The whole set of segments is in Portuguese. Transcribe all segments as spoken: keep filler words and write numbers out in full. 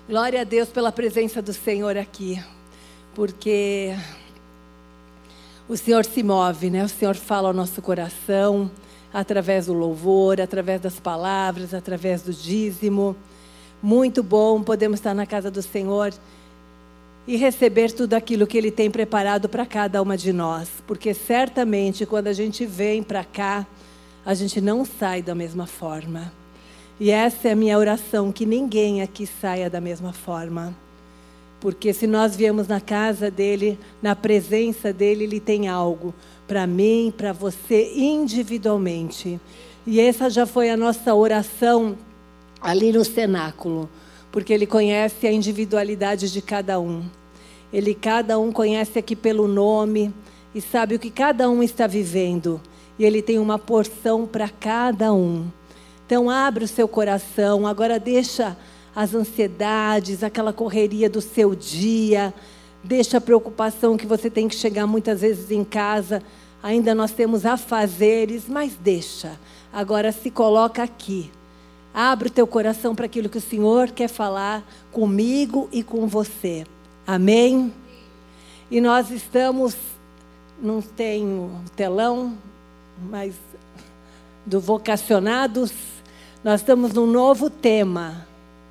Glória a Deus pela presença do Senhor aqui, porque o Senhor se move, né? O Senhor fala ao nosso coração, através do louvor, através das palavras, através do dízimo. Muito bom, podemos estar na casa do Senhor e receber tudo aquilo que Ele tem preparado para cada uma de nós, porque certamente quando a gente vem para cá, a gente não sai da mesma forma. E essa é a minha oração, que ninguém aqui saia da mesma forma. Porque se nós viemos na casa dEle, na presença dEle, Ele tem algo para mim, para você, individualmente. E essa já foi a nossa oração ali no cenáculo. Porque Ele conhece a individualidade de cada um. Ele, cada um conhece aqui pelo nome e sabe o que cada um está vivendo. E Ele tem uma porção para cada um. Então, abre o seu coração, agora deixa as ansiedades, aquela correria do seu dia, deixa a preocupação que você tem que chegar muitas vezes em casa, ainda nós temos afazeres, mas deixa. Agora se coloca aqui, abre o teu coração para aquilo que o Senhor quer falar comigo e com você. Amém? E nós estamos, não tenho telão, mas do Vocacionados. Nós estamos num novo tema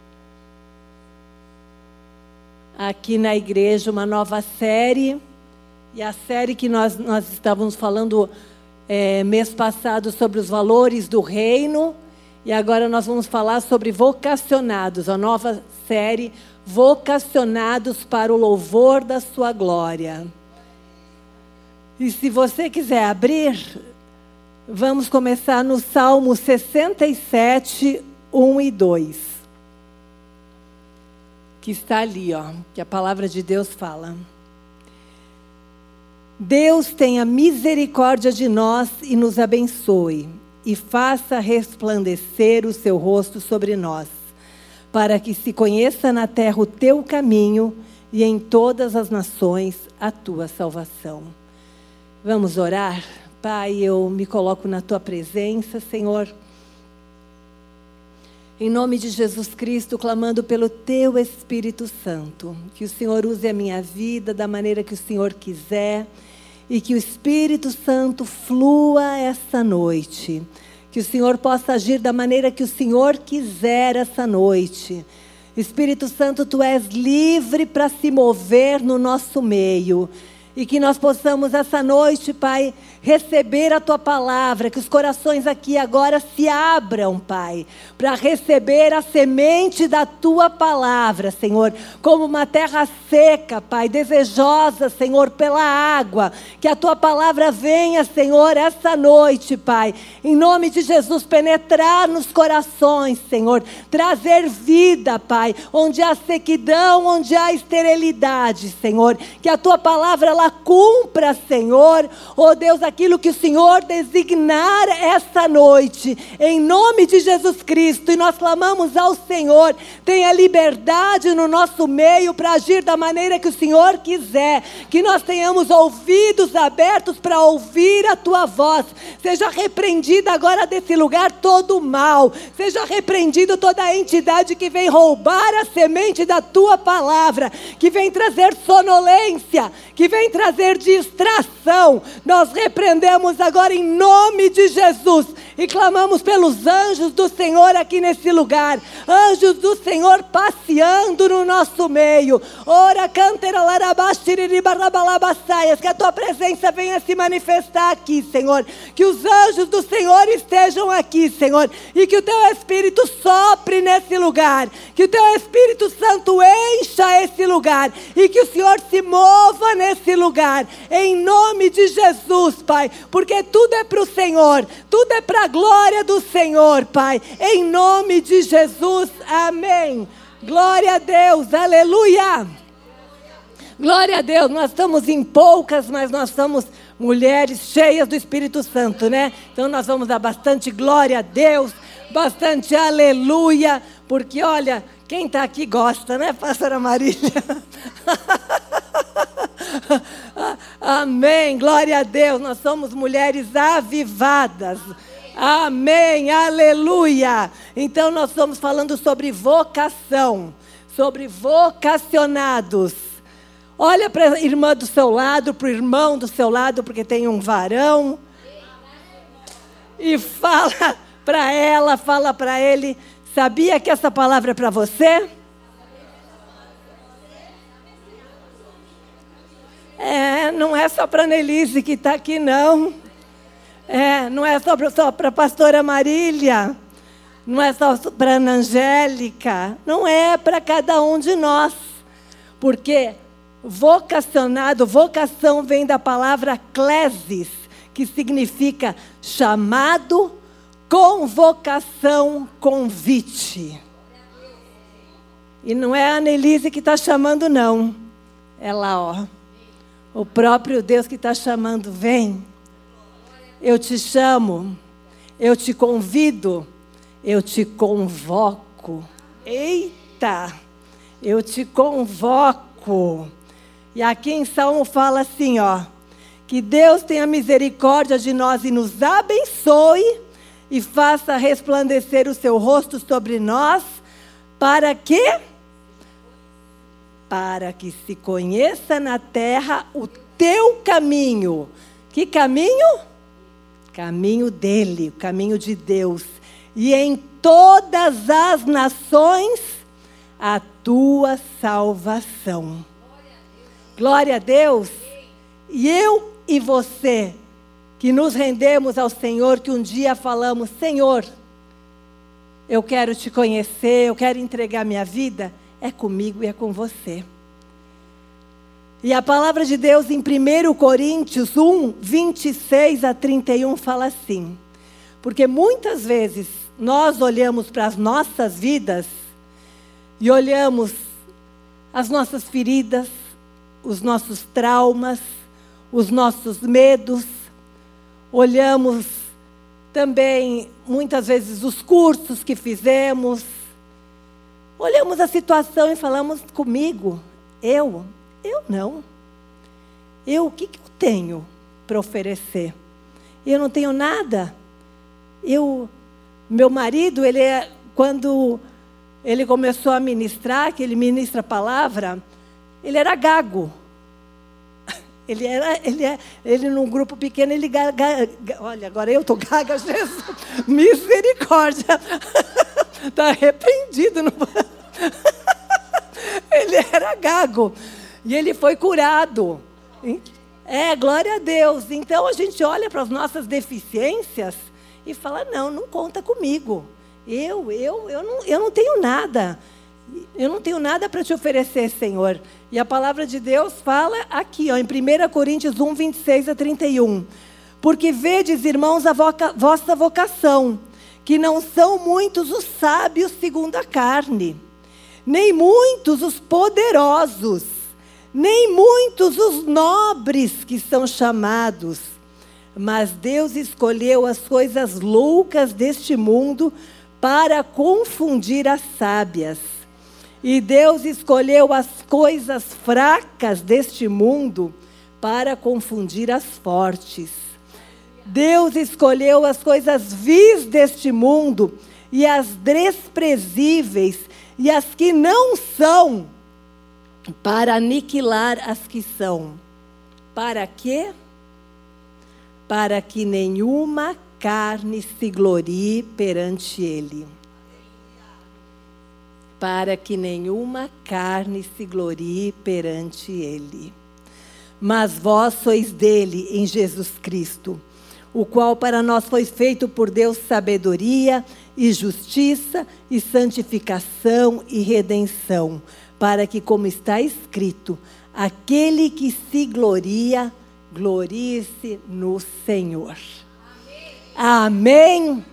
aqui na igreja, uma nova série. E a série que nós, nós estávamos falando é, mês passado sobre os valores do reino. E agora nós vamos falar sobre vocacionados, a nova série, vocacionados para o louvor da sua glória. E se você quiser abrir, vamos começar no Salmo sessenta e sete, um e dois. Que está ali, ó, que a palavra de Deus fala. Deus tenha misericórdia de nós e nos abençoe, e faça resplandecer o seu rosto sobre nós, para que se conheça na terra o teu caminho e em todas as nações a tua salvação. Vamos orar? Pai, eu me coloco na Tua presença, Senhor. Em nome de Jesus Cristo, clamando pelo Teu Espírito Santo. Que o Senhor use a minha vida da maneira que o Senhor quiser. E que o Espírito Santo flua essa noite. Que o Senhor possa agir da maneira que o Senhor quiser essa noite. Espírito Santo, Tu és livre para se mover no nosso meio. E que nós possamos essa noite, Pai, receber a Tua palavra, que os corações aqui agora se abram, Pai, para receber a semente da Tua palavra, Senhor, como uma terra seca, Pai, desejosa, Senhor, pela água, que a Tua palavra venha, Senhor, essa noite, Pai, em nome de Jesus, penetrar nos corações, Senhor, trazer vida, Pai, onde há sequidão, onde há esterilidade, Senhor, que a Tua palavra, ela cumpra, Senhor, oh Deus, aquilo que o Senhor designar essa noite, em nome de Jesus Cristo, e nós clamamos ao Senhor, tenha liberdade no nosso meio para agir da maneira que o Senhor quiser, que nós tenhamos ouvidos abertos para ouvir a Tua voz, seja repreendida agora desse lugar todo o mal, seja repreendido toda a entidade que vem roubar a semente da Tua palavra, que vem trazer sonolência, que vem trazer distração. Nós repreendemos agora em nome de Jesus e clamamos pelos anjos do Senhor aqui nesse lugar, anjos do Senhor passeando no nosso meio. Ora, cantera, larabashiribarabalabasaias, que a Tua presença venha se manifestar aqui, Senhor, que os anjos do Senhor estejam aqui, Senhor, e que o Teu Espírito sopre nesse lugar, que o Teu Espírito Santo encha esse lugar e que o Senhor se mova nesse lugar, em nome de Jesus, Pai, porque tudo é para o Senhor, tudo é para a glória do Senhor, Pai, em nome de Jesus, amém. Glória a Deus, aleluia. Glória a Deus, nós estamos em poucas, mas nós somos mulheres cheias do Espírito Santo, né? Então nós vamos dar bastante glória a Deus, bastante aleluia, porque olha, quem está aqui gosta, né, pastora Marília? Amém, glória a Deus, nós somos mulheres avivadas. Amém, aleluia. Então nós estamos falando sobre vocação, sobre vocacionados. Olha para a irmã do seu lado, para o irmão do seu lado, porque tem um varão. E fala para ela, fala para ele, sabia que essa palavra é para você? É, não é só para a Nelise que está aqui, não. É, não é só para a pastora Marília. Não é só para a Ana Angélica. Não é para cada um de nós. Porque vocacionado, vocação vem da palavra klesis, que significa chamado, convocação, convite. E não é a Annelise que está chamando, não. É lá, ó. O próprio Deus que está chamando, vem. Eu te chamo, eu te convido, eu te convoco. Eita, eu te convoco. E aqui em Salmo fala assim, ó. Que Deus tenha misericórdia de nós e nos abençoe e faça resplandecer o seu rosto sobre nós, para que? Para que se conheça na terra o teu caminho. Que caminho? Caminho dele, o caminho de Deus. E em todas as nações, a tua salvação. Glória a Deus. E eu e você, que nos rendemos ao Senhor, que um dia falamos, Senhor, eu quero te conhecer, eu quero entregar minha vida, é comigo e é com você. E a palavra de Deus em primeira Coríntios um, vinte e seis a trinta e um fala assim, porque muitas vezes nós olhamos para as nossas vidas e olhamos as nossas feridas, os nossos traumas, os nossos medos, olhamos também, muitas vezes, os cursos que fizemos, olhamos a situação e falamos comigo, eu, eu não. Eu, o que, que eu tenho para oferecer? Eu não tenho nada. Eu, meu marido, ele é, quando ele começou a ministrar, que ele ministra a palavra, ele era gago. Ele era, ele é, ele num grupo pequeno, ele gaga, olha, agora eu estou gaga, Jesus, misericórdia, está arrependido. No... Ele era gago, e ele foi curado. É, glória a Deus. Então a gente olha para as nossas deficiências e fala, não, não conta comigo. Eu, eu, eu não, eu não tenho nada. Eu não tenho nada para te oferecer, Senhor. E a palavra de Deus fala aqui, ó, em primeira Coríntios um, vinte e seis a trinta e um. Porque vedes, irmãos, a voca, vossa vocação, que não são muitos os sábios segundo a carne, nem muitos os poderosos, nem muitos os nobres que são chamados. Mas Deus escolheu as coisas loucas deste mundo para confundir as sábias. E Deus escolheu as coisas fracas deste mundo para confundir as fortes. Deus escolheu as coisas vis deste mundo e as desprezíveis e as que não são, para aniquilar as que são. Para quê? Para que nenhuma carne se glorie perante Ele. Para que nenhuma carne se glorie perante Ele. Mas vós sois dele em Jesus Cristo, o qual para nós foi feito por Deus sabedoria e justiça e santificação e redenção, para que, como está escrito, aquele que se gloria, glorie-se no Senhor. Amém. Amém.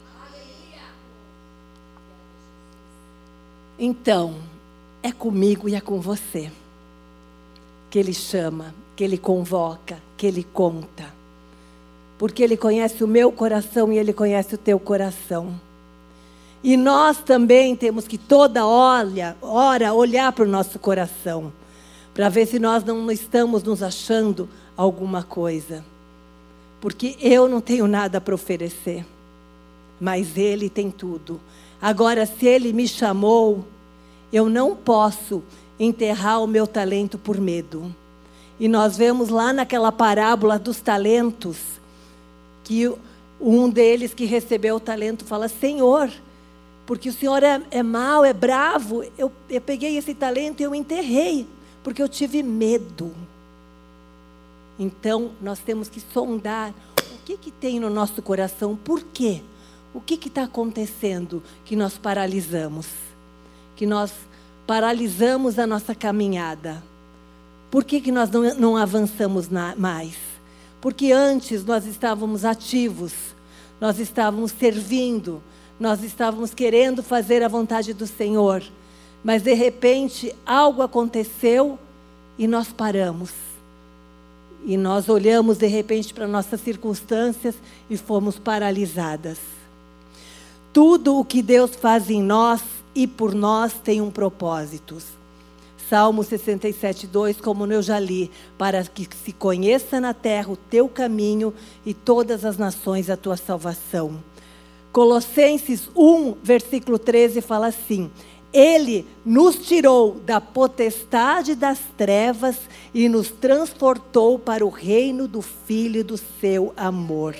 Então, é comigo e é com você que Ele chama, que Ele convoca, que Ele conta. Porque Ele conhece o meu coração e Ele conhece o teu coração. E nós também temos que toda hora, hora olhar para o nosso coração, para ver se nós não estamos nos achando alguma coisa. Porque eu não tenho nada para oferecer, mas Ele tem tudo. Agora, se Ele me chamou, eu não posso enterrar o meu talento por medo. E nós vemos lá naquela parábola dos talentos, que um deles que recebeu o talento fala: Senhor, porque o Senhor é, é mau, é bravo, eu, eu peguei esse talento e eu enterrei, porque eu tive medo. Então, nós temos que sondar o que, que tem no nosso coração, por quê? O que está acontecendo que nós paralisamos? Que nós paralisamos a nossa caminhada. Por que, que nós não, não avançamos na, mais? Porque antes nós estávamos ativos, nós estávamos servindo, nós estávamos querendo fazer a vontade do Senhor. Mas de repente algo aconteceu e nós paramos. E nós olhamos de repente para nossas circunstâncias e fomos paralisadas. Tudo o que Deus faz em nós e por nós tem um propósito. Salmo sessenta e sete, dois, como eu já li, para que se conheça na terra o teu caminho e todas as nações a tua salvação. Colossenses um, versículo treze, fala assim: Ele nos tirou da potestade das trevas e nos transportou para o reino do Filho do seu amor.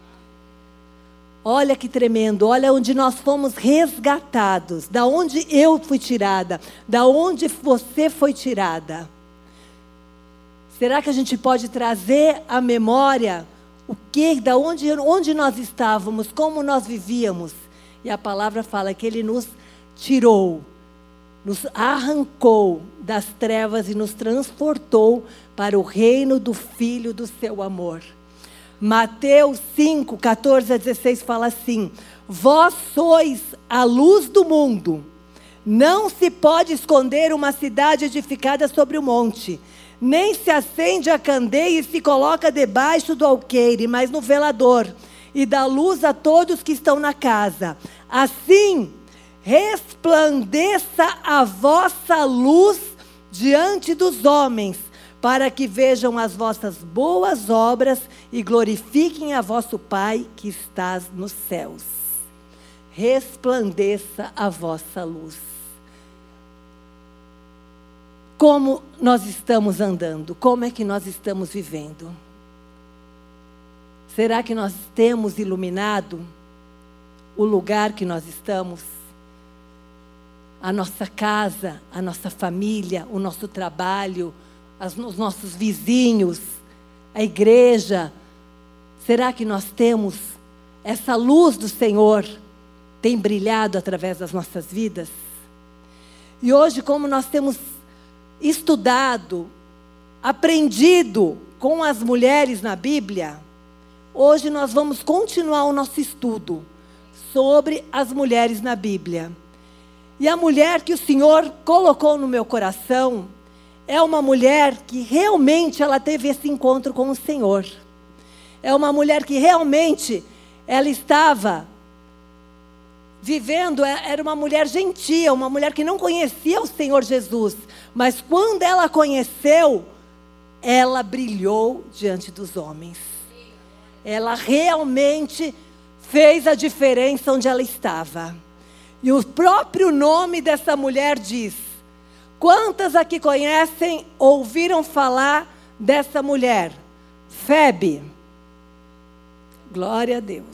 Olha que tremendo, olha onde nós fomos resgatados, da onde eu fui tirada, da onde você foi tirada. Será que a gente pode trazer à memória o que, da onde, onde nós estávamos, como nós vivíamos? E a palavra fala que Ele nos tirou, nos arrancou das trevas e nos transportou para o reino do Filho do seu amor. Mateus cinco, catorze a dezesseis fala assim: Vós sois a luz do mundo. Não se pode esconder uma cidade edificada sobre o monte, nem se acende a candeia e se coloca debaixo do alqueire, mas no velador, e dá luz a todos que estão na casa. Assim, resplandeça a vossa luz diante dos homens, para que vejam as vossas boas obras e glorifiquem a vosso Pai que estás nos céus. Resplandeça a vossa luz. Como nós estamos andando? Como é que nós estamos vivendo? Será que nós temos iluminado o lugar que nós estamos? A nossa casa, a nossa família, o nosso trabalho, as, os nossos vizinhos, a igreja. Será que nós temos essa luz do Senhor tem brilhado através das nossas vidas? E hoje, como nós temos estudado, aprendido com as mulheres na Bíblia, hoje nós vamos continuar o nosso estudo sobre as mulheres na Bíblia. E a mulher que o Senhor colocou no meu coração é uma mulher que realmente ela teve esse encontro com o Senhor. É uma mulher que realmente ela estava vivendo, era uma mulher gentia, uma mulher que não conhecia o Senhor Jesus. Mas quando ela conheceu, ela brilhou diante dos homens. Ela realmente fez a diferença onde ela estava. E o próprio nome dessa mulher diz: quantas aqui conhecem, ouviram falar dessa mulher? Febe. Glória a Deus.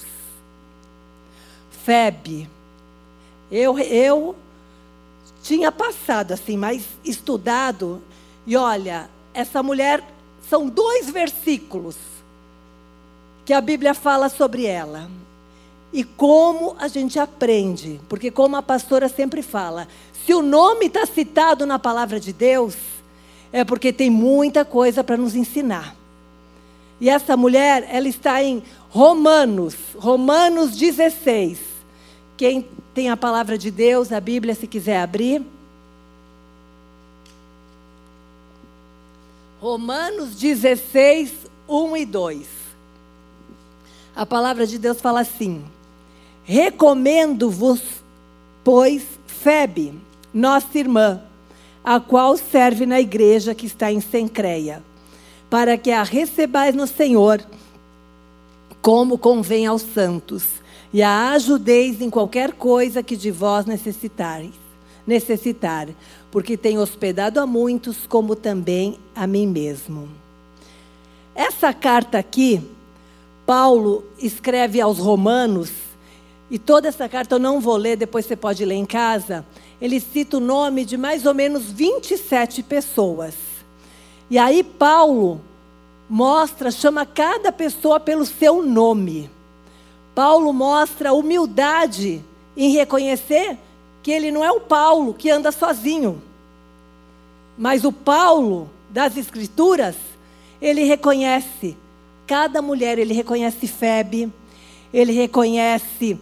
Febe. Eu, eu tinha passado assim, mas estudado. E olha, essa mulher, são dois versículos que a Bíblia fala sobre ela. E como a gente aprende, porque como a pastora sempre fala, se o nome está citado na palavra de Deus, é porque tem muita coisa para nos ensinar. E essa mulher, ela está em Romanos, Romanos dezesseis. Quem tem a palavra de Deus, a Bíblia, se quiser abrir. Romanos dezesseis, um e dois. A palavra de Deus fala assim: recomendo-vos, pois, Febe, nossa irmã, a qual serve na igreja que está em Cencreia, para que a recebais no Senhor, como convém aos santos, e a ajudeis em qualquer coisa que de vós necessitareis, necessitar, porque tenho hospedado a muitos, como também a mim mesmo. Essa carta aqui, Paulo escreve aos Romanos, e toda essa carta eu não vou ler, depois você pode ler em casa. Ele cita o nome de mais ou menos vinte e sete pessoas. E aí Paulo mostra, chama cada pessoa pelo seu nome. Paulo mostra humildade em reconhecer que ele não é o Paulo que anda sozinho. Mas o Paulo das Escrituras, ele reconhece cada mulher, ele reconhece Febe, ele reconhece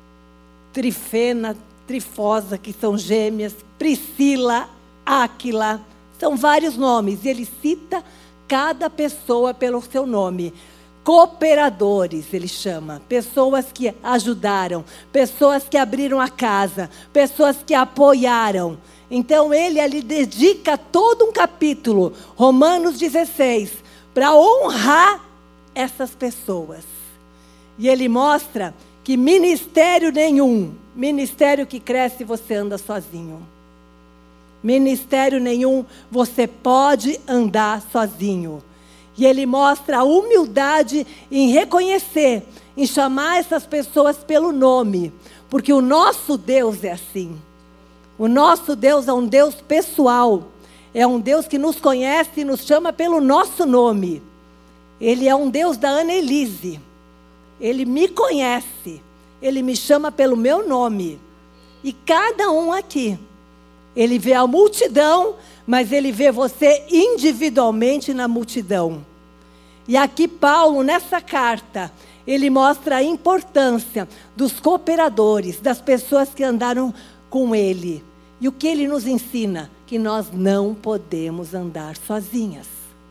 Trifena, Trifosa, que são gêmeas, Priscila, Áquila, são vários nomes. E ele cita cada pessoa pelo seu nome. Cooperadores, ele chama. Pessoas que ajudaram, pessoas que abriram a casa, pessoas que apoiaram. Então ele ali dedica todo um capítulo, Romanos dezesseis, para honrar essas pessoas. E ele mostra que ministério nenhum, ministério que cresce, você anda sozinho. Ministério nenhum, você pode andar sozinho. E ele mostra a humildade em reconhecer, em chamar essas pessoas pelo nome. Porque o nosso Deus é assim. O nosso Deus é um Deus pessoal. É um Deus que nos conhece e nos chama pelo nosso nome. Ele é um Deus da Annelise. Ele me conhece. Ele me chama pelo meu nome. E cada um aqui, ele vê a multidão, mas ele vê você individualmente na multidão. E aqui Paulo, nessa carta, ele mostra a importância dos cooperadores, das pessoas que andaram com ele. E o que ele nos ensina? Que nós não podemos andar sozinhas.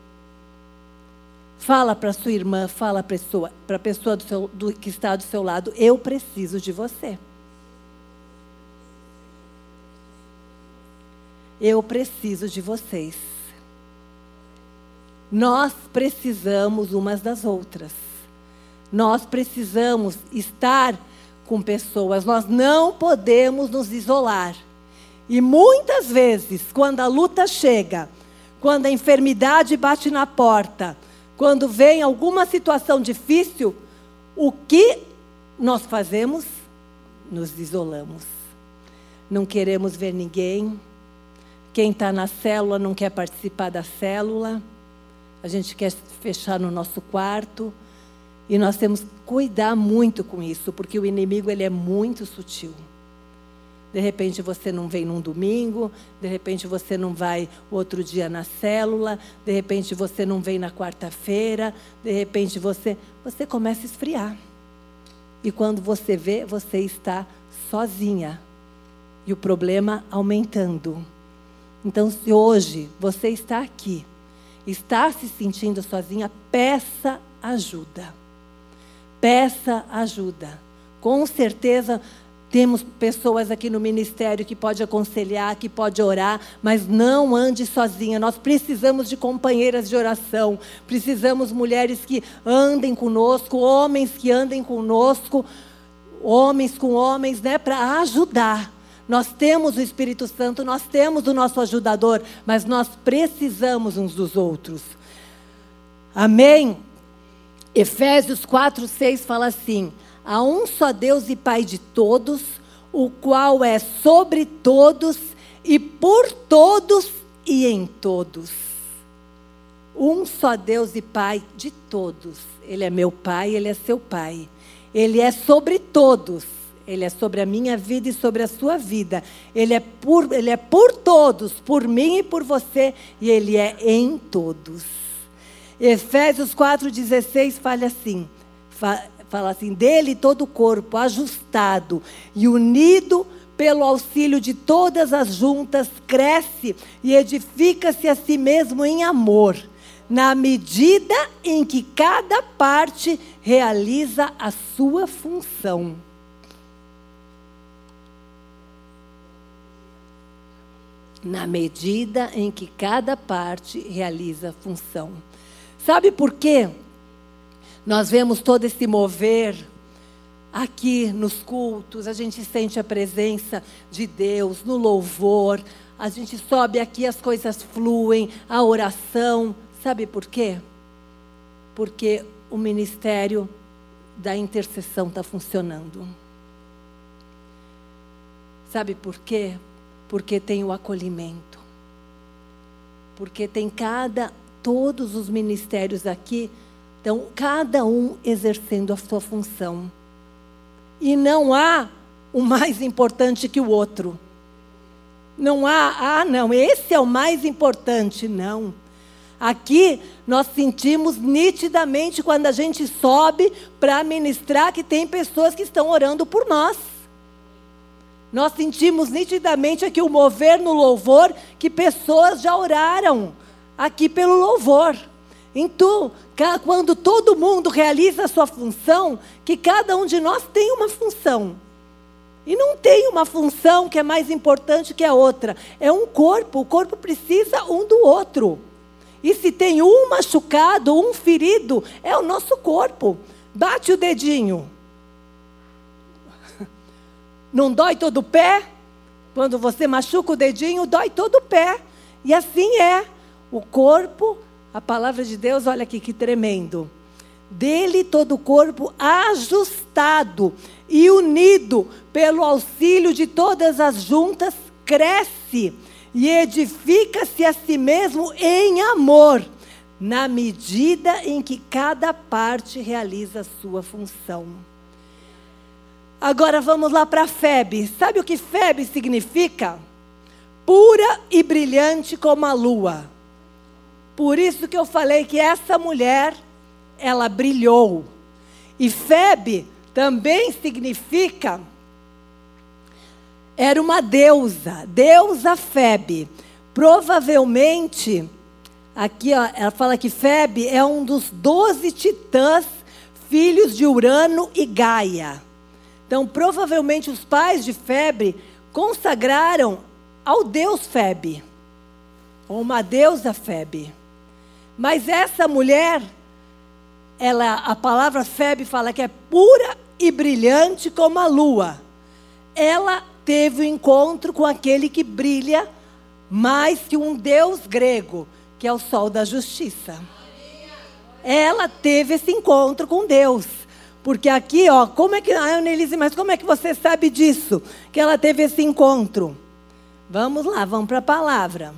Fala para a sua irmã, fala para a pessoa, para a pessoa do seu, do, que está do seu lado, eu preciso de você. Eu preciso de vocês. Nós precisamos umas das outras. Nós precisamos estar com pessoas. Nós não podemos nos isolar. E muitas vezes, quando a luta chega, quando a enfermidade bate na porta, quando vem alguma situação difícil, o que nós fazemos? Nos isolamos. Não queremos ver ninguém. Quem está na célula não quer participar da célula. A gente quer fechar no nosso quarto. E nós temos que cuidar muito com isso, porque o inimigo ele é muito sutil. De repente você não vem num domingo, de repente você não vai outro dia na célula, de repente você não vem na quarta-feira, de repente você, você começa a esfriar. E quando você vê, você está sozinha. E o problema aumentando. Então, se hoje você está aqui, está se sentindo sozinha, peça ajuda. Peça ajuda. Com certeza, temos pessoas aqui no ministério que pode aconselhar, que pode orar, mas não ande sozinha. Nós precisamos de companheiras de oração. Precisamos de mulheres que andem conosco, homens que andem conosco, homens com homens, né, para ajudar. Nós temos o Espírito Santo, nós temos o nosso ajudador, mas nós precisamos uns dos outros. Amém? Efésios quatro, seis fala assim: há um só Deus e Pai de todos, o qual é sobre todos e por todos e em todos. Um só Deus e Pai de todos. Ele é meu Pai, Ele é seu Pai. Ele é sobre todos. Ele é sobre a minha vida e sobre a sua vida. Ele é por, ele é por todos, por mim e por você. E Ele é em todos. Efésios quatro, dezesseis fala assim, fa, fala assim, dele todo o corpo ajustado e unido pelo auxílio de todas as juntas, cresce e edifica-se a si mesmo em amor, na medida em que cada parte realiza a sua função. Na medida em que cada parte realiza a função. Sabe por quê? Nós vemos todo esse mover aqui nos cultos, a gente sente a presença de Deus, no louvor, a gente sobe aqui, as coisas fluem, a oração. Sabe por quê? Porque o ministério da intercessão está funcionando. Sabe por quê? Porque tem o acolhimento. Porque tem cada, todos os ministérios aqui, então cada um exercendo a sua função. E não há o mais importante que o outro. Não há, ah não, esse é o mais importante, não. Aqui nós sentimos nitidamente quando a gente sobe para ministrar que tem pessoas que estão orando por nós. Nós sentimos nitidamente aqui o mover no louvor, que pessoas já oraram aqui pelo louvor. Então, quando todo mundo realiza a sua função, que cada um de nós tem uma função. E não tem uma função que é mais importante que a outra. É um corpo, o corpo precisa um do outro. E se tem um machucado, um ferido, é o nosso corpo. Bate o dedinho. Não dói todo o pé? Quando você machuca o dedinho, dói todo o pé. E assim é. O corpo, a palavra de Deus, olha aqui que tremendo. Dele todo o corpo ajustado e unido pelo auxílio de todas as juntas, cresce e edifica-se a si mesmo em amor, na medida em que cada parte realiza a sua função. Agora vamos lá para Febe. Sabe o que Febe significa? Pura e brilhante como a lua. Por isso que eu falei que essa mulher, ela brilhou. E Febe também significa, era uma deusa, deusa Febe. Provavelmente, aqui ó, ela fala que Febe é um dos doze titãs, filhos de Urano e Gaia. Então, provavelmente os pais de Febe consagraram ao deus Febe, ou uma deusa Febe. Mas essa mulher, ela, a palavra Febe fala que é pura e brilhante como a lua. Ela teve o um encontro com aquele que brilha mais que um deus grego, que é o sol da justiça. Ela teve esse encontro com Deus. Porque aqui, ó, como é que... Ah, Annelise, mas como é que você sabe disso? Que ela teve esse encontro. Vamos lá, vamos para a palavra.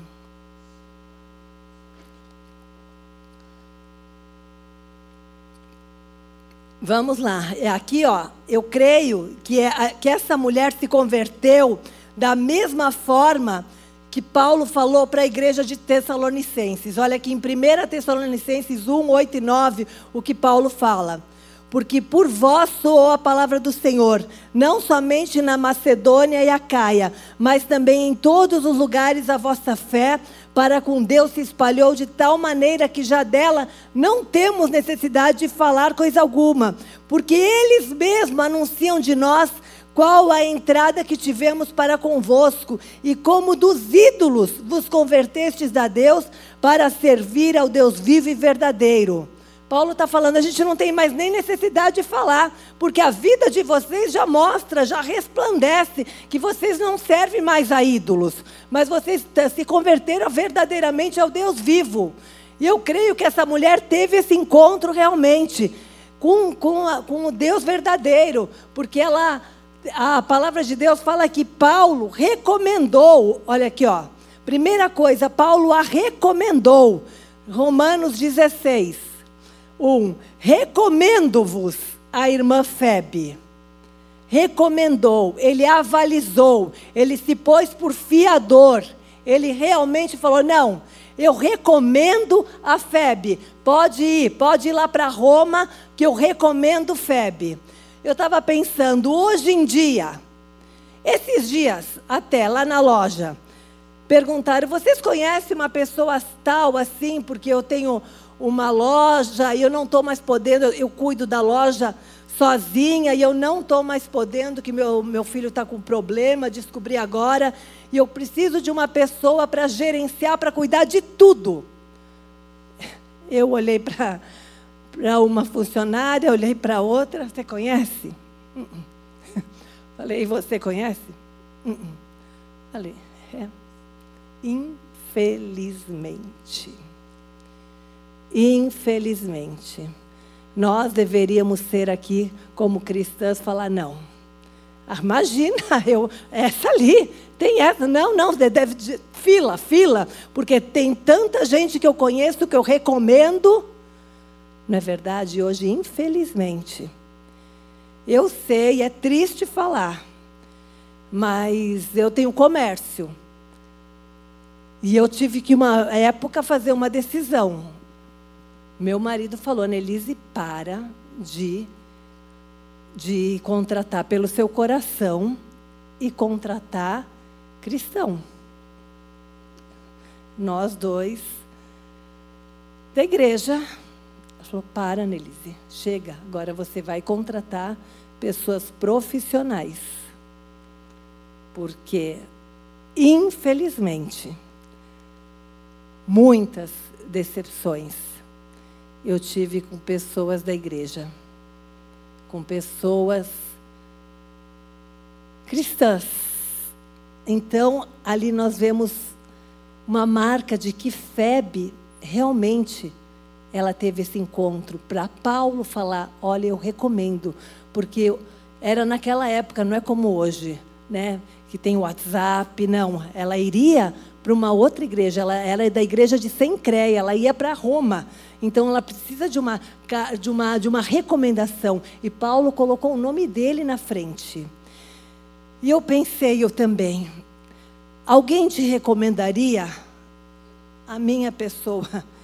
Vamos lá. Aqui, ó, eu creio que, é, que essa mulher se converteu da mesma forma que Paulo falou para a igreja de Tessalonicenses. Olha aqui em primeira Tessalonicenses um, oito e nove, o que Paulo fala. Porque por vós soou a palavra do Senhor, não somente na Macedônia e Acaia, mas também em todos os lugares a vossa fé para com Deus se espalhou de tal maneira que já dela não temos necessidade de falar coisa alguma, porque eles mesmos anunciam de nós qual a entrada que tivemos para convosco, e como dos ídolos vos convertestes a Deus para servir ao Deus vivo e verdadeiro. Paulo está falando, a gente não tem mais nem necessidade de falar, porque a vida de vocês já mostra, já resplandece, que vocês não servem mais a ídolos, mas vocês se converteram verdadeiramente ao Deus vivo. E eu creio que essa mulher teve esse encontro realmente, com, com, a, com o Deus verdadeiro, porque ela, a palavra de Deus fala que Paulo recomendou, olha aqui ó, primeira coisa, Paulo a recomendou, Romanos dezesseis. Um, recomendo-vos a irmã Febe. Recomendou, ele avalizou, ele se pôs por fiador. Ele realmente falou, não, eu recomendo a Febe. Pode ir, pode ir lá para Roma, que eu recomendo Febe. Eu estava pensando, hoje em dia, esses dias, até lá na loja, perguntaram, vocês conhecem uma pessoa tal assim, porque eu tenho uma loja e eu não estou mais podendo, eu, eu cuido da loja sozinha e eu não estou mais podendo, que meu, meu filho está com problema, descobri agora, e eu preciso de uma pessoa para gerenciar, para cuidar de tudo. Eu olhei para uma funcionária, olhei para outra, você conhece? Uh-uh. Falei, e você conhece? Uh-uh. Falei, é. Infelizmente. Infelizmente. Nós deveríamos ser aqui, como cristãs, falar, não. Imagina, eu, essa ali, tem essa. Não, não, você deve... Fila, fila. Porque tem tanta gente que eu conheço, que eu recomendo. Não é verdade? Hoje, infelizmente... Eu sei, é triste falar, mas eu tenho comércio. E eu tive que, uma época, fazer uma decisão. Meu marido falou, Annelise, para de, de contratar pelo seu coração e contratar cristão. Nós dois, da igreja, ela falou, para, Annelise, chega, agora você vai contratar pessoas profissionais. Porque, infelizmente, muitas decepções eu tive com pessoas da igreja, com pessoas cristãs. Então, ali nós vemos uma marca de que Febe realmente ela teve esse encontro. Para Paulo falar, olha, eu recomendo, porque era naquela época, não é como hoje, né? Que tem o WhatsApp, não. Ela iria para uma outra igreja, ela era da igreja de Sencreia, ela ia para Roma. Então, ela precisa de uma, de, uma, de uma recomendação. E Paulo colocou o nome dele na frente. E eu pensei, eu também, alguém te recomendaria a minha pessoa?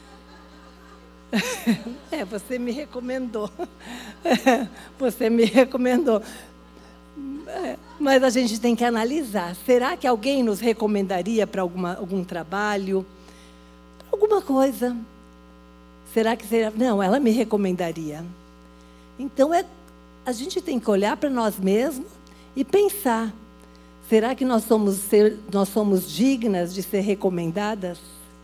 É, você me recomendou. Você me recomendou. É, mas a gente tem que analisar. Será que alguém nos recomendaria para algum trabalho? Alguma coisa? Será que seria? Não, ela me recomendaria. Então, é, a gente tem que olhar para nós mesmos e pensar. Será que nós somos, ser, nós somos dignas de ser recomendadas?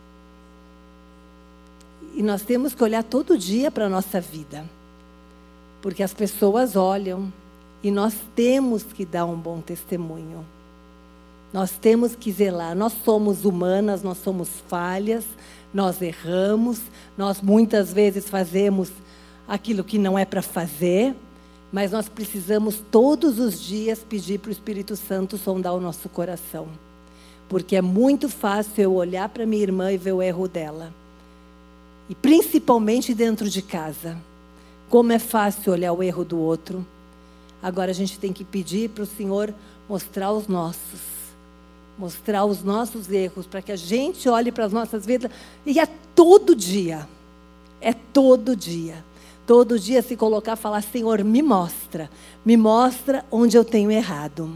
E nós temos que olhar todo dia para a nossa vida. Porque as pessoas olham e nós temos que dar um bom testemunho. Nós temos que zelar. Nós somos humanas, nós somos falhas, nós erramos, nós muitas vezes fazemos aquilo que não é para fazer, mas nós precisamos todos os dias pedir para o Espírito Santo sondar o nosso coração. Porque é muito fácil eu olhar para minha irmã e ver o erro dela. E principalmente dentro de casa. Como é fácil olhar o erro do outro. Agora a gente tem que pedir para o Senhor mostrar os nossos. Mostrar os nossos erros, para que a gente olhe para as nossas vidas. E é todo dia. É todo dia. Todo dia se colocar e falar, Senhor, me mostra. Me mostra onde eu tenho errado.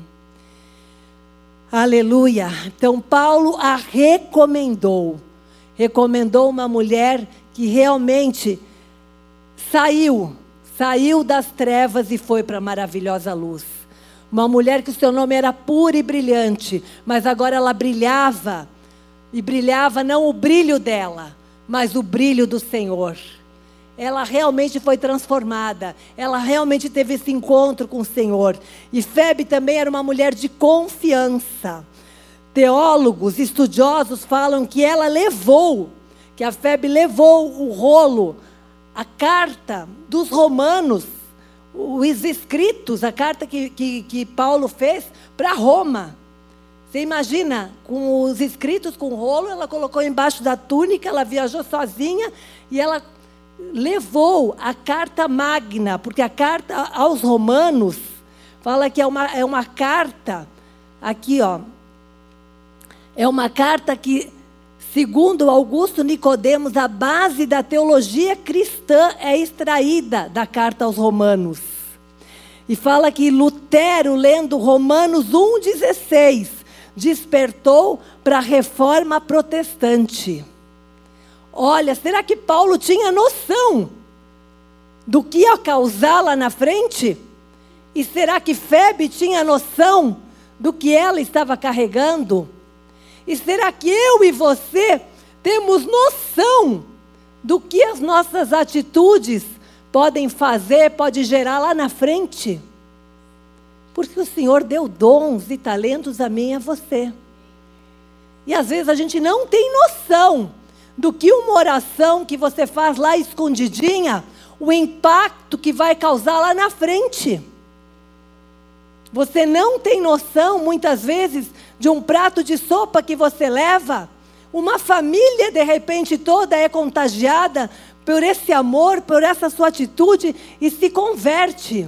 Aleluia. Então Paulo a recomendou. Recomendou uma mulher que realmente saiu, saiu das trevas e foi para a maravilhosa luz. Uma mulher que o seu nome era puro e brilhante, mas agora ela brilhava, e brilhava não o brilho dela, mas o brilho do Senhor. Ela realmente foi transformada, ela realmente teve esse encontro com o Senhor. E Febe também era uma mulher de confiança. Teólogos, estudiosos falam que ela levou, que a Febe levou o rolo, a carta dos romanos, os escritos, a carta que, que, que Paulo fez para Roma. Você imagina, com os escritos, com o rolo, ela colocou embaixo da túnica, ela viajou sozinha e ela levou a carta magna, porque a carta aos romanos fala que é uma, é uma carta, aqui ó, é uma carta que, segundo Augusto Nicodemos, a base da teologia cristã é extraída da carta aos Romanos. E fala que Lutero, lendo Romanos um, dezesseis, despertou para a reforma protestante. Olha, será que Paulo tinha noção do que ia causar lá na frente? E será que Febe tinha noção do que ela estava carregando? E será que eu e você temos noção do que as nossas atitudes podem fazer, pode gerar lá na frente? Porque o Senhor deu dons e talentos a mim e a você. E às vezes a gente não tem noção do que uma oração que você faz lá escondidinha, o impacto que vai causar lá na frente. Você não tem noção, muitas vezes, de um prato de sopa que você leva. Uma família, de repente, toda é contagiada por esse amor, por essa sua atitude e se converte.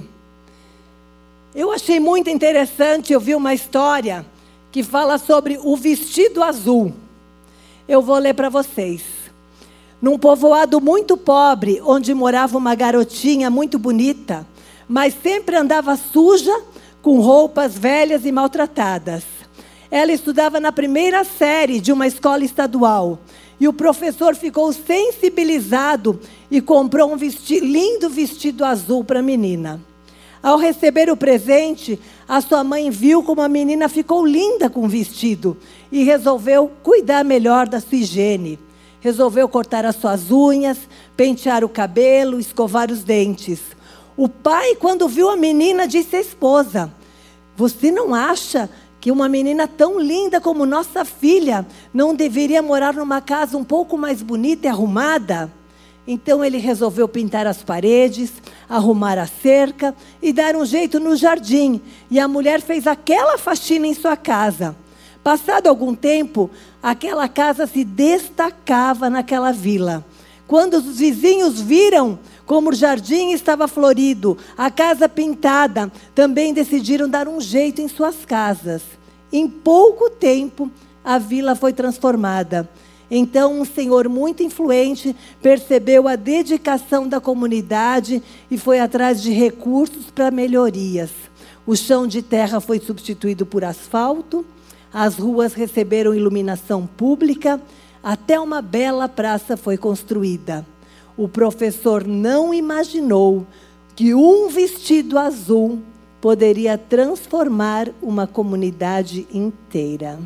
Eu achei muito interessante, eu vi uma história que fala sobre o vestido azul. Eu vou ler para vocês. Num povoado muito pobre, onde morava uma garotinha muito bonita, mas sempre andava suja, com roupas velhas e maltratadas. Ela estudava na primeira série de uma escola estadual. E o professor ficou sensibilizado e comprou um vesti- lindo vestido azul para a menina. Ao receber o presente, a sua mãe viu como a menina ficou linda com o vestido e resolveu cuidar melhor da sua higiene. Resolveu cortar as suas unhas, pentear o cabelo, escovar os dentes. O pai, quando viu a menina, disse à esposa: você não acha que uma menina tão linda como nossa filha não deveria morar numa casa um pouco mais bonita e arrumada? Então ele resolveu pintar as paredes, arrumar a cerca e dar um jeito no jardim. E a mulher fez aquela faxina em sua casa. Passado algum tempo, aquela casa se destacava naquela vila. Quando os vizinhos viram como o jardim estava florido, a casa pintada, também decidiram dar um jeito em suas casas. Em pouco tempo, a vila foi transformada. Então, um senhor muito influente percebeu a dedicação da comunidade e foi atrás de recursos para melhorias. O chão de terra foi substituído por asfalto, as ruas receberam iluminação pública, até uma bela praça foi construída. O professor não imaginou que um vestido azul poderia transformar uma comunidade inteira.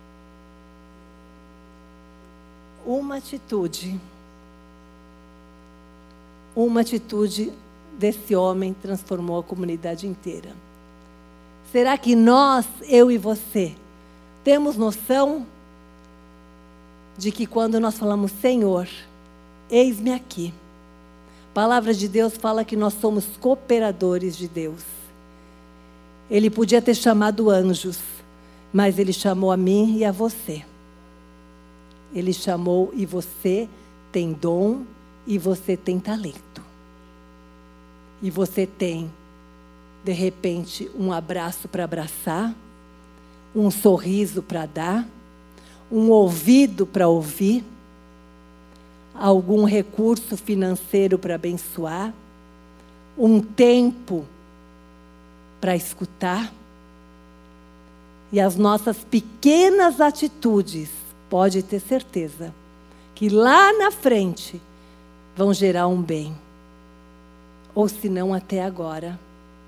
Uma atitude, uma atitude desse homem transformou a comunidade inteira. Será que nós, eu e você, temos noção de que quando nós falamos, Senhor, eis-me aqui. A palavra de Deus fala que nós somos cooperadores de Deus. Ele podia ter chamado anjos, mas Ele chamou a mim e a você. Ele chamou e você tem dom e você tem talento. E você tem, de repente, um abraço para abraçar, um sorriso para dar, um ouvido para ouvir, algum recurso financeiro para abençoar, um tempo para escutar. E as nossas pequenas atitudes, pode ter certeza, que lá na frente vão gerar um bem. Ou se não, até agora.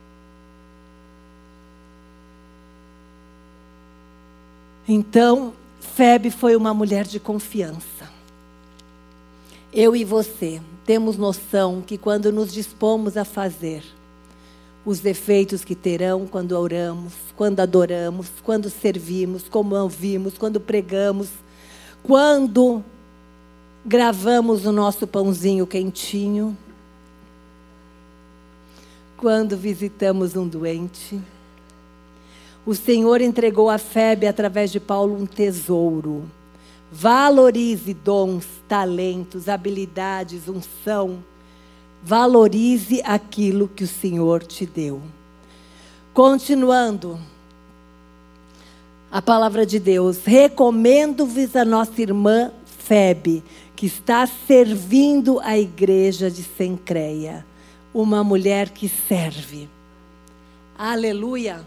Então, Febe foi uma mulher de confiança. Eu e você temos noção que quando nos dispomos a fazer, os efeitos que terão quando oramos, quando adoramos, quando servimos, como ouvimos, quando pregamos, quando gravamos o nosso pãozinho quentinho, quando visitamos um doente. O Senhor entregou a Febe através de Paulo um tesouro. Valorize dons, talentos, habilidades, unção. Valorize aquilo que o Senhor te deu. Continuando, a palavra de Deus. Recomendo-vos a nossa irmã Febe, que está servindo a igreja de Cencreia. Uma mulher que serve. Aleluia.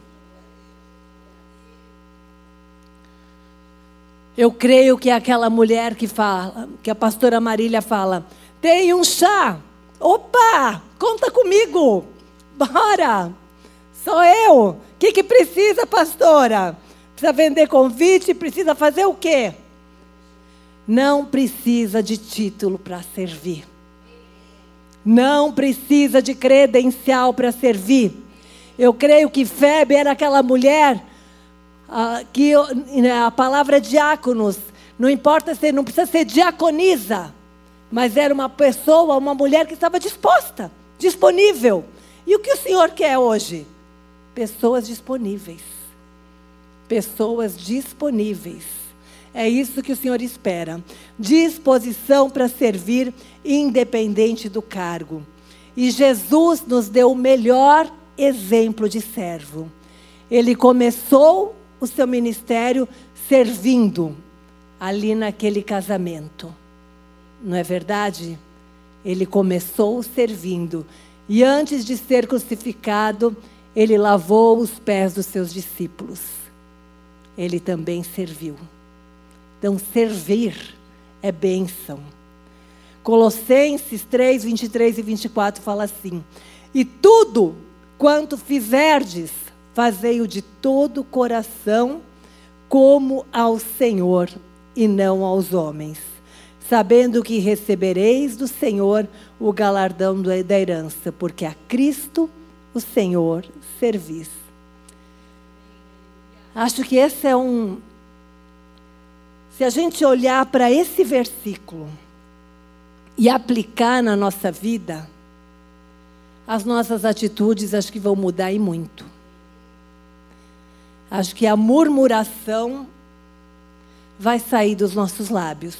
Eu creio que é aquela mulher que fala, que a pastora Marília fala, tem um chá. Opa, conta comigo. Bora. Sou eu. O que, que precisa, pastora? Precisa vender convite? Precisa fazer o quê? Não precisa de título para servir. Não precisa de credencial para servir. Eu creio que Febe era aquela mulher, ah, que a palavra diáconos, não importa se não precisa ser diaconisa, mas era uma pessoa, uma mulher que estava disposta, disponível. E o que o Senhor quer hoje? Pessoas disponíveis. Pessoas disponíveis. É isso que o Senhor espera. Disposição para servir, independente do cargo. E Jesus nos deu o melhor exemplo de servo. Ele começou o seu ministério servindo ali naquele casamento. Não é verdade? Ele começou servindo. E antes de ser crucificado, ele lavou os pés dos seus discípulos. Ele também serviu. Então, servir é bênção. Colossenses três, vinte e três e vinte e quatro fala assim: e tudo quanto fizerdes, fazei-o de todo o coração, como ao Senhor e não aos homens, sabendo que recebereis do Senhor o galardão da herança, porque a Cristo, o Senhor, servis. Acho que esse é um... Se a gente olhar para esse versículo e aplicar na nossa vida, as nossas atitudes acho que vão mudar e muito. Acho que a murmuração vai sair dos nossos lábios.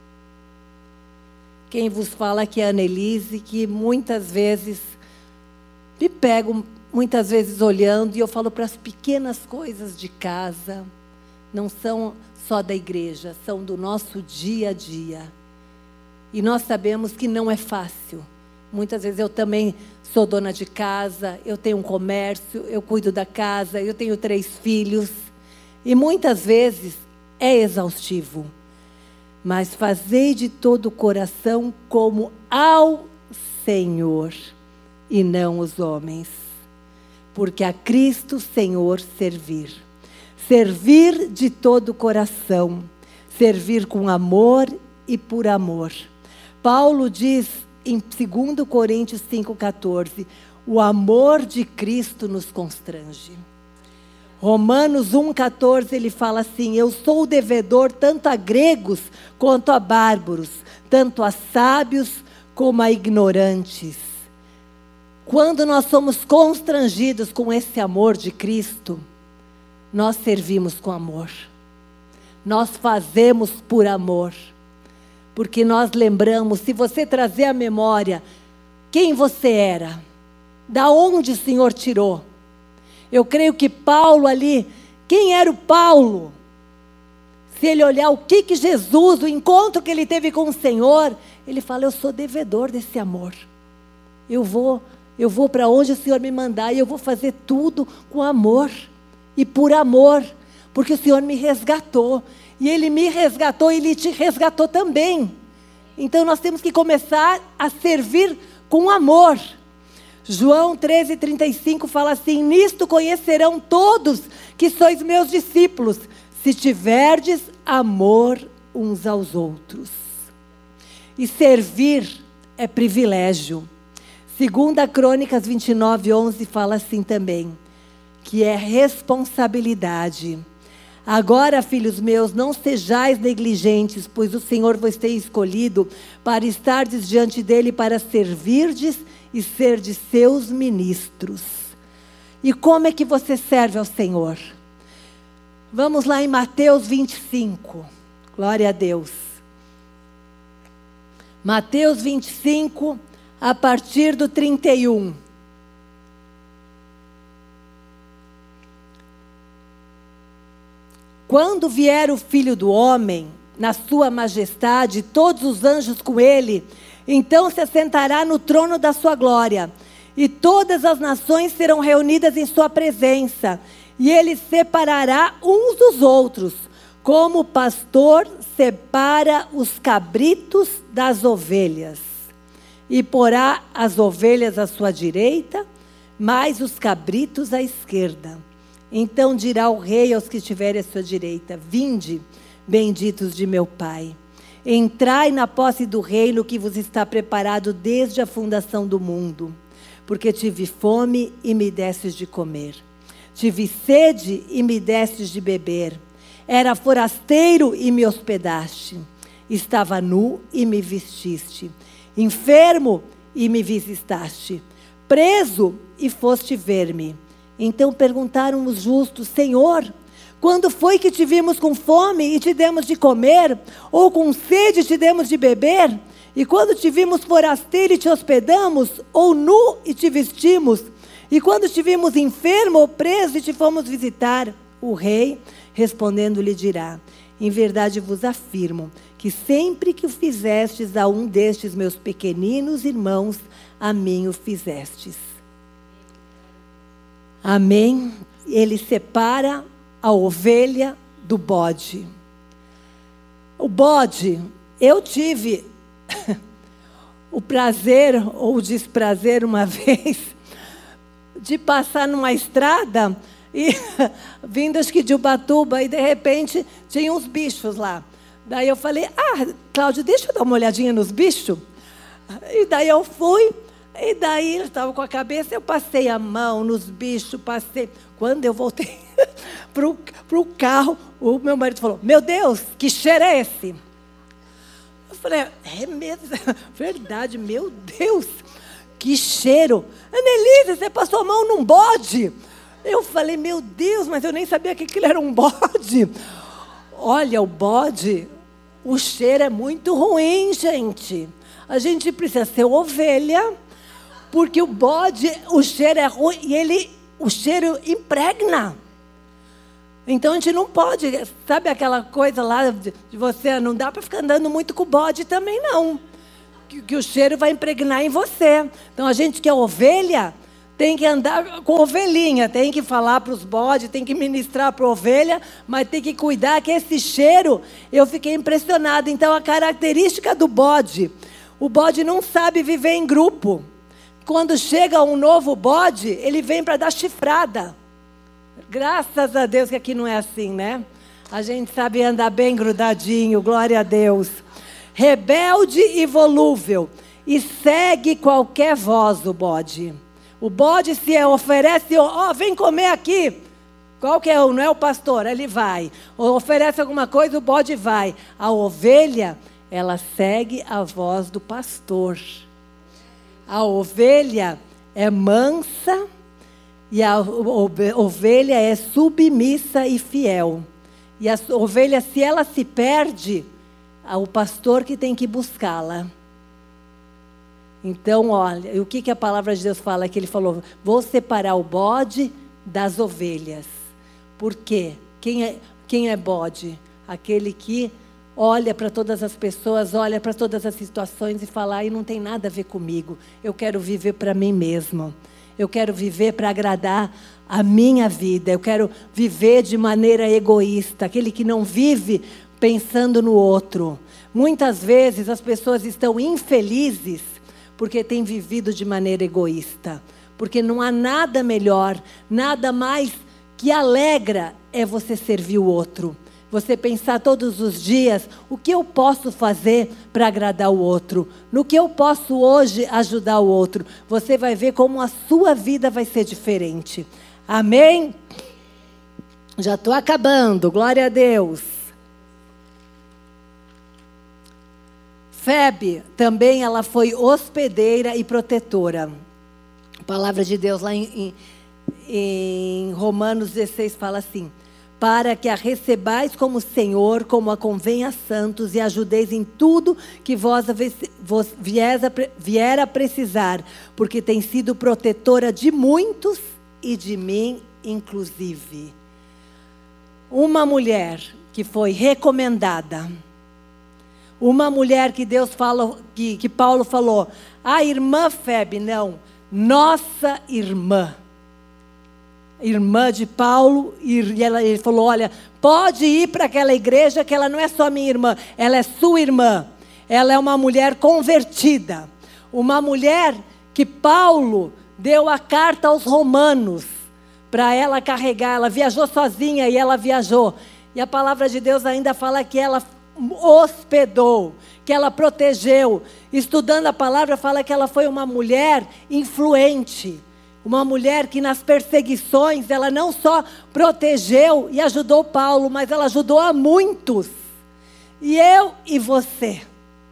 Quem vos fala aqui é a Annelise, que muitas vezes me pego, muitas vezes olhando, e eu falo para as pequenas coisas de casa, não são só da igreja, são do nosso dia a dia. E nós sabemos que não é fácil. Muitas vezes eu também sou dona de casa, eu tenho um comércio, eu cuido da casa, eu tenho três filhos. E muitas vezes é exaustivo. Mas fazei de todo o coração como ao Senhor e não os homens. Porque a Cristo Senhor servir. Servir de todo o coração. Servir com amor e por amor. Paulo diz em dois Coríntios cinco, quatorze, o amor de Cristo nos constrange. Romanos um, quatorze, ele fala assim: eu sou devedor tanto a gregos quanto a bárbaros, tanto a sábios como a ignorantes. Quando nós somos constrangidos com esse amor de Cristo, nós servimos com amor. Nós fazemos por amor. Porque nós lembramos, se você trazer à memória quem você era, da onde o Senhor tirou. Eu creio que Paulo ali, quem era o Paulo? Se ele olhar o que que Jesus, o encontro que ele teve com o Senhor, ele fala: eu sou devedor desse amor. Eu vou, eu vou para onde o Senhor me mandar e eu vou fazer tudo com amor e por amor, porque o Senhor me resgatou. E Ele me resgatou e Ele te resgatou também. Então nós temos que começar a servir com amor. João treze, trinta e cinco fala assim: nisto conhecerão todos que sois meus discípulos, se tiverdes amor uns aos outros. E servir é privilégio. Segunda Crônicas vinte e nove, onze fala assim também, que é responsabilidade. Agora, filhos meus, não sejais negligentes, pois o Senhor vos tem escolhido para estardes diante dele, para servirdes e serdes seus ministros. E como é que você serve ao Senhor? Vamos lá em Mateus vinte e cinco. Glória a Deus. Mateus vinte e cinco, a partir do trinta e um. Quando vier o Filho do Homem, na sua majestade, todos os anjos com ele, então se assentará no trono da sua glória, e todas as nações serão reunidas em sua presença, e ele separará uns dos outros, como o pastor separa os cabritos das ovelhas, e porá as ovelhas à sua direita, mas os cabritos à esquerda. Então dirá o rei aos que estiverem à sua direita: vinde, benditos de meu Pai, entrai na posse do reino que vos está preparado desde a fundação do mundo. porque tive fome e me destes de comer. Tive sede e me destes de beber. Era forasteiro e me hospedaste. Estava nu e me vestiste. Enfermo e me visitaste. Preso e foste ver-me. Então perguntaram os justos: Senhor, quando foi que te vimos com fome e te demos de comer? Ou com sede e te demos de beber? E quando te vimos forasteiro e te hospedamos? Ou nu e te vestimos? E quando te vimos enfermo ou preso e te fomos visitar? O rei, respondendo, lhe dirá: em verdade vos afirmo, que sempre que o fizestes a um destes meus pequeninos irmãos, a mim o fizestes. Amém? Ele separa a ovelha do bode. O bode, eu tive o prazer ou o desprazer uma vez de passar numa estrada e vindo acho que de Ubatuba, e de repente tinha uns bichos lá. Daí eu falei: ah, Cláudio, deixa eu dar uma olhadinha nos bichos. E daí eu fui, e daí ele estava com a cabeça, eu passei a mão nos bichos, passei. Quando eu voltei para o carro, o meu marido falou: meu Deus, que cheiro é esse? Eu falei: é mesmo, verdade, meu Deus, que cheiro. Annelise, você passou a mão num bode? Eu falei: meu Deus, mas eu nem sabia que aquilo era um bode. Olha, o bode, o cheiro é muito ruim, gente. A gente precisa ser ovelha, porque o bode, o cheiro é ruim, e ele, o cheiro impregna. Então a gente não pode, sabe aquela coisa lá de, de você, não dá para ficar andando muito com o bode também não. Que, que o cheiro vai impregnar em você. Então a gente que é ovelha, tem que andar com ovelhinha, tem que falar para os bodes, tem que ministrar para a ovelha, mas tem que cuidar que esse cheiro, eu fiquei impressionada. Então a característica do bode, o bode não sabe viver em grupo. Quando chega um novo bode, ele vem para dar chifrada. Graças a Deus que aqui não é assim, né? A gente sabe andar bem grudadinho, glória a Deus. Rebelde e volúvel, e segue qualquer voz o bode. O bode se oferece, ó, oh, vem comer aqui. Qual que é o, não é o pastor, ele vai. Ou oferece alguma coisa, o bode vai. A ovelha, ela segue a voz do pastor. A ovelha é mansa e a ovelha é submissa e fiel. E a ovelha, se ela se perde, é o pastor que tem que buscá-la. Então, olha, o que, que a palavra de Deus fala? Que ele falou: vou separar o bode das ovelhas. Por quê? Quem é, quem é bode? Aquele que olha para todas as pessoas, olha para todas as situações e fala: aí não tem nada a ver comigo. Eu quero viver para mim mesmo. Eu quero viver para agradar a minha vida. Eu quero viver de maneira egoísta. Aquele que não vive pensando no outro. Muitas vezes as pessoas estão infelizes porque têm vivido de maneira egoísta. Porque não há nada melhor, nada mais que alegra é você servir o outro. Você pensar todos os dias: o que eu posso fazer para agradar o outro? No que eu posso hoje ajudar o outro? Você vai ver como a sua vida vai ser diferente. Amém? Já estou acabando, glória a Deus. Febe, também ela foi hospedeira e protetora. A palavra de Deus lá em, em, em Romanos dezesseis fala assim: para que a recebais como Senhor, como a convém a santos, e ajudeis em tudo que vós, vos vier a precisar, porque tem sido protetora de muitos e de mim inclusive. Uma mulher que foi recomendada, uma mulher que Deus falou, que, que Paulo falou: a irmã Febe, não, nossa irmã. Irmã de Paulo, e ela, ele falou: olha, pode ir para aquela igreja que ela não é só minha irmã, ela é sua irmã. Ela é uma mulher convertida. Uma mulher que Paulo deu a carta aos romanos para ela carregar. Ela viajou sozinha e ela viajou. E a palavra de Deus ainda fala que ela, hospedou, que ela protegeu. Estudando a palavra, fala que ela foi uma mulher influente. Uma mulher que nas perseguições, ela não só protegeu e ajudou Paulo, mas ela ajudou a muitos. E eu e você,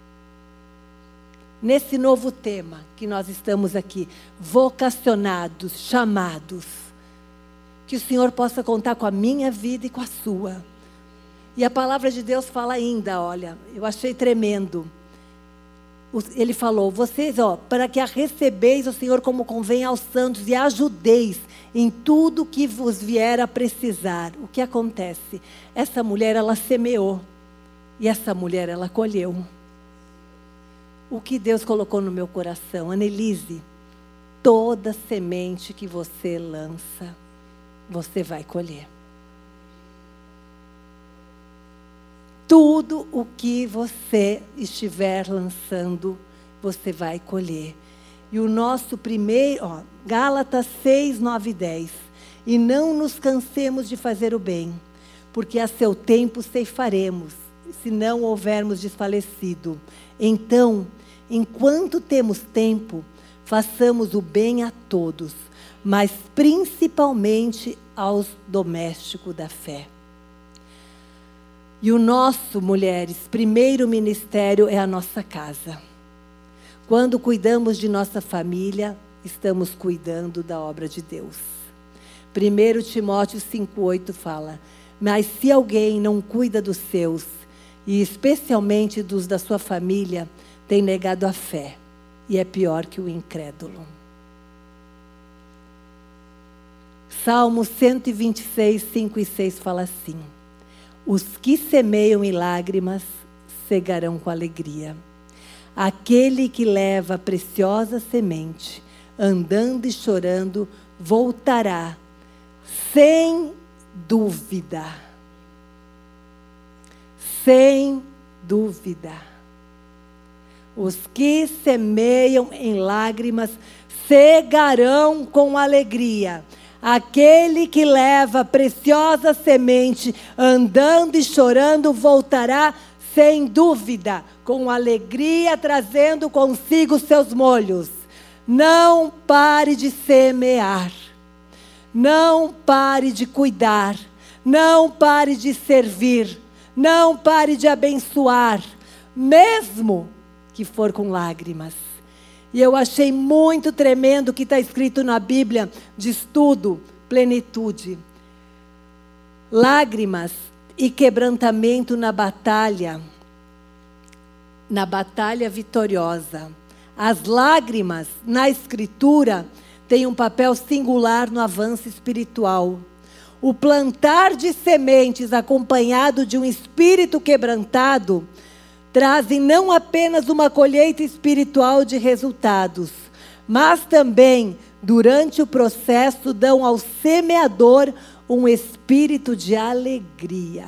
nesse novo tema que nós estamos aqui, vocacionados, chamados, que o Senhor possa contar com a minha vida e com a sua. E a palavra de Deus fala ainda, olha, eu achei tremendo. Ele falou, vocês, ó, para que a recebeis o Senhor como convém aos santos e ajudeis em tudo que vos vier a precisar. O que acontece? Essa mulher, ela semeou. E essa mulher, ela colheu. O que Deus colocou no meu coração? Annelise, toda semente que você lança, você vai colher. Tudo o que você estiver lançando, você vai colher. E o nosso primeiro, ó, Gálatas seis, nove e dez. E não nos cansemos de fazer o bem, porque a seu tempo ceifaremos, se não houvermos desfalecido. Então, enquanto temos tempo, façamos o bem a todos, mas principalmente aos domésticos da fé. E o nosso, mulheres, primeiro ministério é a nossa casa. Quando cuidamos de nossa família, estamos cuidando da obra de Deus. primeiro Timóteo cinco, oito fala, mas se alguém não cuida dos seus, e especialmente dos da sua família, tem negado a fé, e é pior que o incrédulo. Salmo cento e vinte e seis, cinco e seis fala assim, os que semeiam em lágrimas, cegarão com alegria. Aquele que leva a preciosa semente, andando e chorando, voltará, sem dúvida. Sem dúvida. Os que semeiam em lágrimas, cegarão com alegria. Aquele que leva a preciosa semente, andando e chorando, voltará sem dúvida, com alegria, trazendo consigo seus molhos. Não pare de semear. Não pare de cuidar. Não pare de servir. Não pare de abençoar, mesmo que for com lágrimas. E eu achei muito tremendo o que está escrito na Bíblia de estudo, plenitude. Lágrimas e quebrantamento na batalha, na batalha vitoriosa. As lágrimas na Escritura têm um papel singular no avanço espiritual. O plantar de sementes acompanhado de um espírito quebrantado trazem não apenas uma colheita espiritual de resultados, mas também, durante o processo, dão ao semeador um espírito de alegria.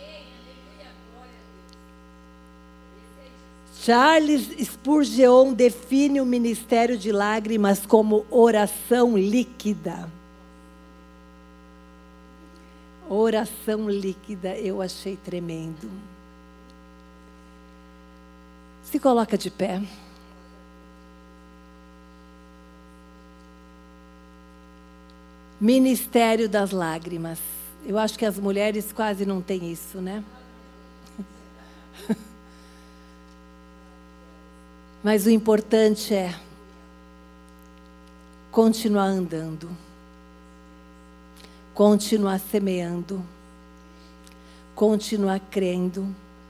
Charles Spurgeon define o ministério de lágrimas como oração líquida. Oração líquida, eu achei tremendo. Se coloca de pé. Ministério das lágrimas. Eu acho que as mulheres quase não têm isso, né? Mas o importante é continuar andando, continuar semeando, continuar crendo,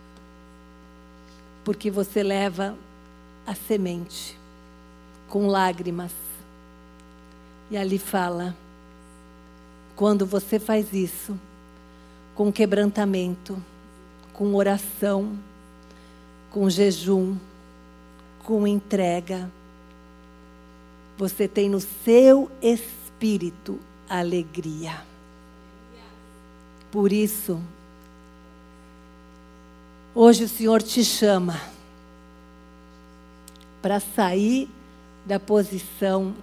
porque você leva a semente com lágrimas. E ali fala, quando você faz isso, com quebrantamento, com oração, com jejum, com entrega, você tem no seu espírito alegria. Por isso, hoje o Senhor te chama para sair da posição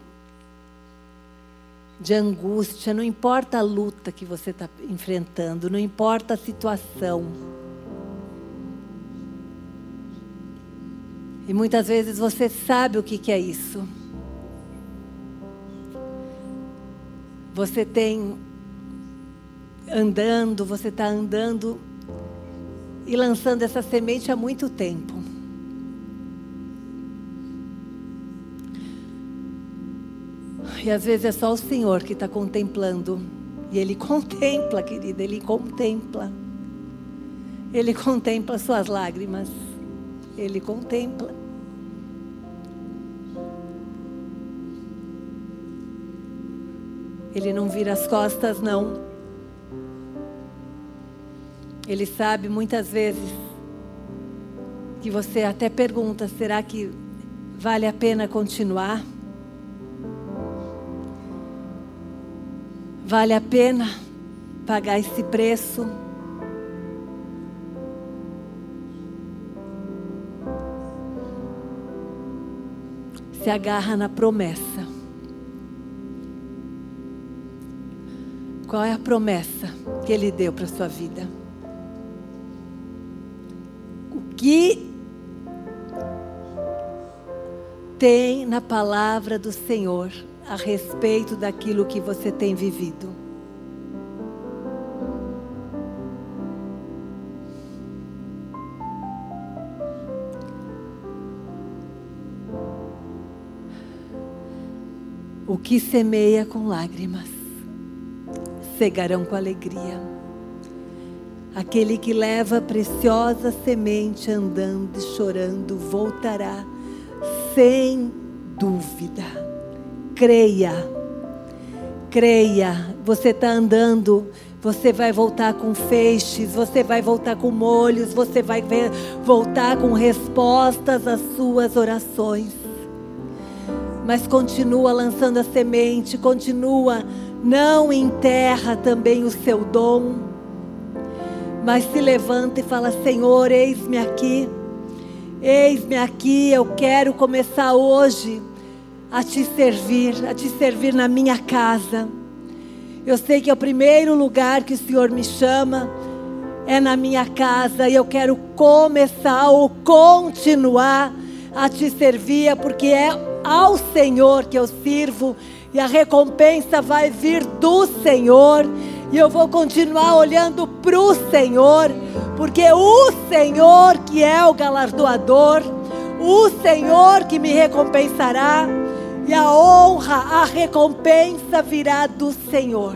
de angústia, não importa a luta que você está enfrentando, não importa a situação. E muitas vezes você sabe o que que é isso. Você tem andando, você está andando e lançando essa semente há muito tempo. E às vezes é só o Senhor que está contemplando. E Ele contempla, querida, Ele contempla. Ele contempla suas lágrimas. Ele contempla. Ele não vira as costas, não. Ele sabe muitas vezes que você até pergunta, será que vale a pena continuar? Vale a pena pagar esse preço? Se agarra na promessa. Qual é a promessa que Ele deu para a sua vida? O que tem na palavra do Senhor a respeito daquilo que você tem vivido? O que semeia com lágrimas, cegarão com alegria. Aquele que leva a preciosa semente andando e chorando, voltará sem dúvida. Creia, creia, você está andando, você vai voltar com feixes, você vai voltar com molhos, você vai ver, voltar com respostas às suas orações. Mas continua lançando a semente, continua, não enterra também o seu dom, mas se levanta e fala: Senhor, eis-me aqui, eis-me aqui, eu quero começar hoje a te servir, a te servir na minha casa. Eu sei que é o primeiro lugar que o Senhor me chama, é na minha casa, e eu quero começar ou continuar a te servir, porque é ao Senhor que eu sirvo, e a recompensa vai vir do Senhor, e eu vou continuar olhando para o Senhor, porque o Senhor que é o galardoador, o Senhor que me recompensará, e a honra, a recompensa virá do Senhor.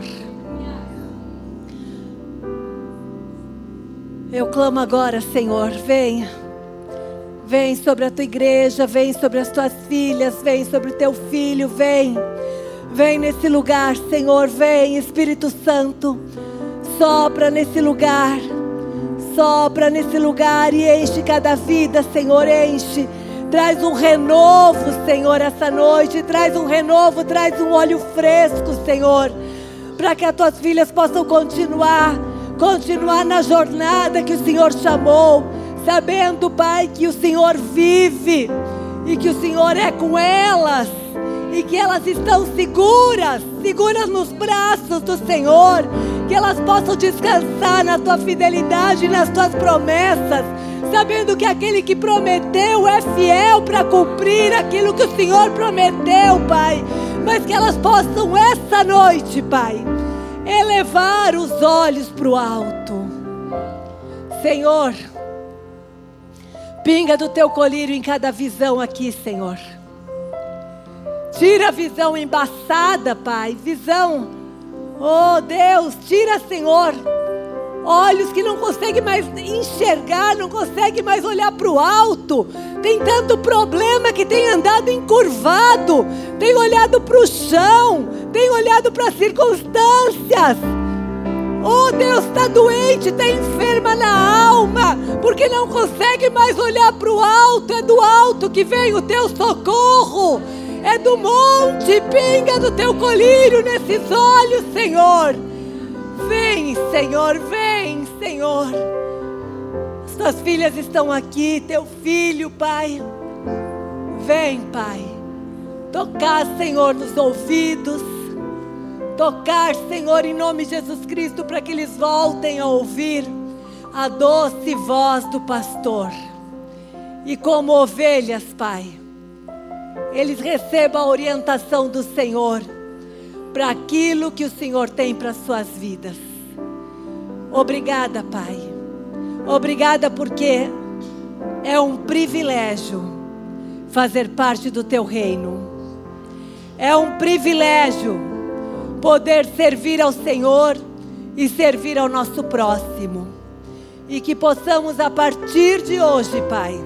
Eu clamo agora, Senhor, vem, vem sobre a tua igreja, vem sobre as tuas filhas, vem sobre o teu filho, vem, vem nesse lugar, Senhor, vem, Espírito Santo, sopra nesse lugar, sopra nesse lugar e enche cada vida, Senhor, enche. Traz um renovo, Senhor, essa noite. Traz um renovo, traz um óleo fresco, Senhor, para que as tuas filhas possam continuar, continuar na jornada que o Senhor chamou, sabendo, Pai, que o Senhor vive e que o Senhor é com elas e que elas estão seguras, seguras nos braços do Senhor, que elas possam descansar na tua fidelidade e nas tuas promessas, sabendo que aquele que prometeu é fiel para cumprir aquilo que o Senhor prometeu, Pai. Mas que elas possam essa noite, Pai, elevar os olhos para o alto. Senhor, pinga do teu colírio em cada visão aqui, Senhor. Tira a visão embaçada, Pai, visão, oh Deus, tira, Senhor, olhos que não conseguem mais enxergar, não conseguem mais olhar para o alto. Tem tanto problema que tem andado encurvado, tem olhado para o chão, tem olhado para as circunstâncias. Oh Deus, está doente, está enferma na alma, porque não consegue mais olhar para o alto. É do alto que vem o teu socorro, é do monte, pinga do teu colírio nesses olhos, Senhor. Vem, Senhor, vem, Senhor. As tuas filhas estão aqui, teu filho, Pai. Vem, Pai. Tocar, Senhor, nos ouvidos. Tocar, Senhor, em nome de Jesus Cristo, para que eles voltem a ouvir a doce voz do pastor. E como ovelhas, Pai, eles recebam a orientação do Senhor para aquilo que o Senhor tem para as suas vidas. Obrigada, Pai. Obrigada porque é um privilégio fazer parte do Teu reino. É um privilégio poder servir ao Senhor e servir ao nosso próximo. E que possamos a partir de hoje, Pai,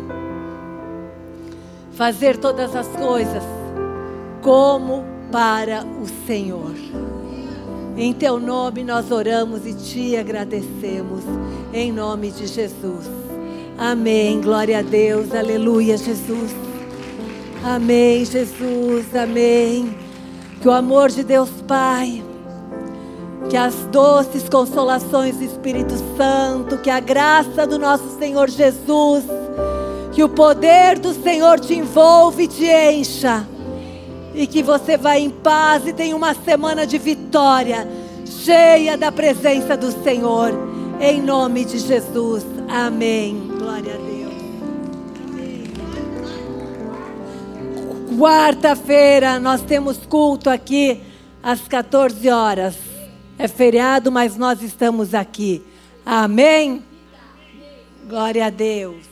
fazer todas as coisas como para o Senhor. Em Teu nome nós oramos e Te agradecemos. Em nome de Jesus. Amém. Glória a Deus. Aleluia, Jesus. Amém, Jesus. Amém. Que o amor de Deus Pai, que as doces consolações do Espírito Santo, que a graça do nosso Senhor Jesus, que o poder do Senhor te envolva e te encha. E que você vá em paz e tenha uma semana de vitória, cheia da presença do Senhor. Em nome de Jesus. Amém. Glória a Deus. Amém. Quarta-feira nós temos culto aqui às quatorze horas. É feriado, mas nós estamos aqui. Amém? Glória a Deus.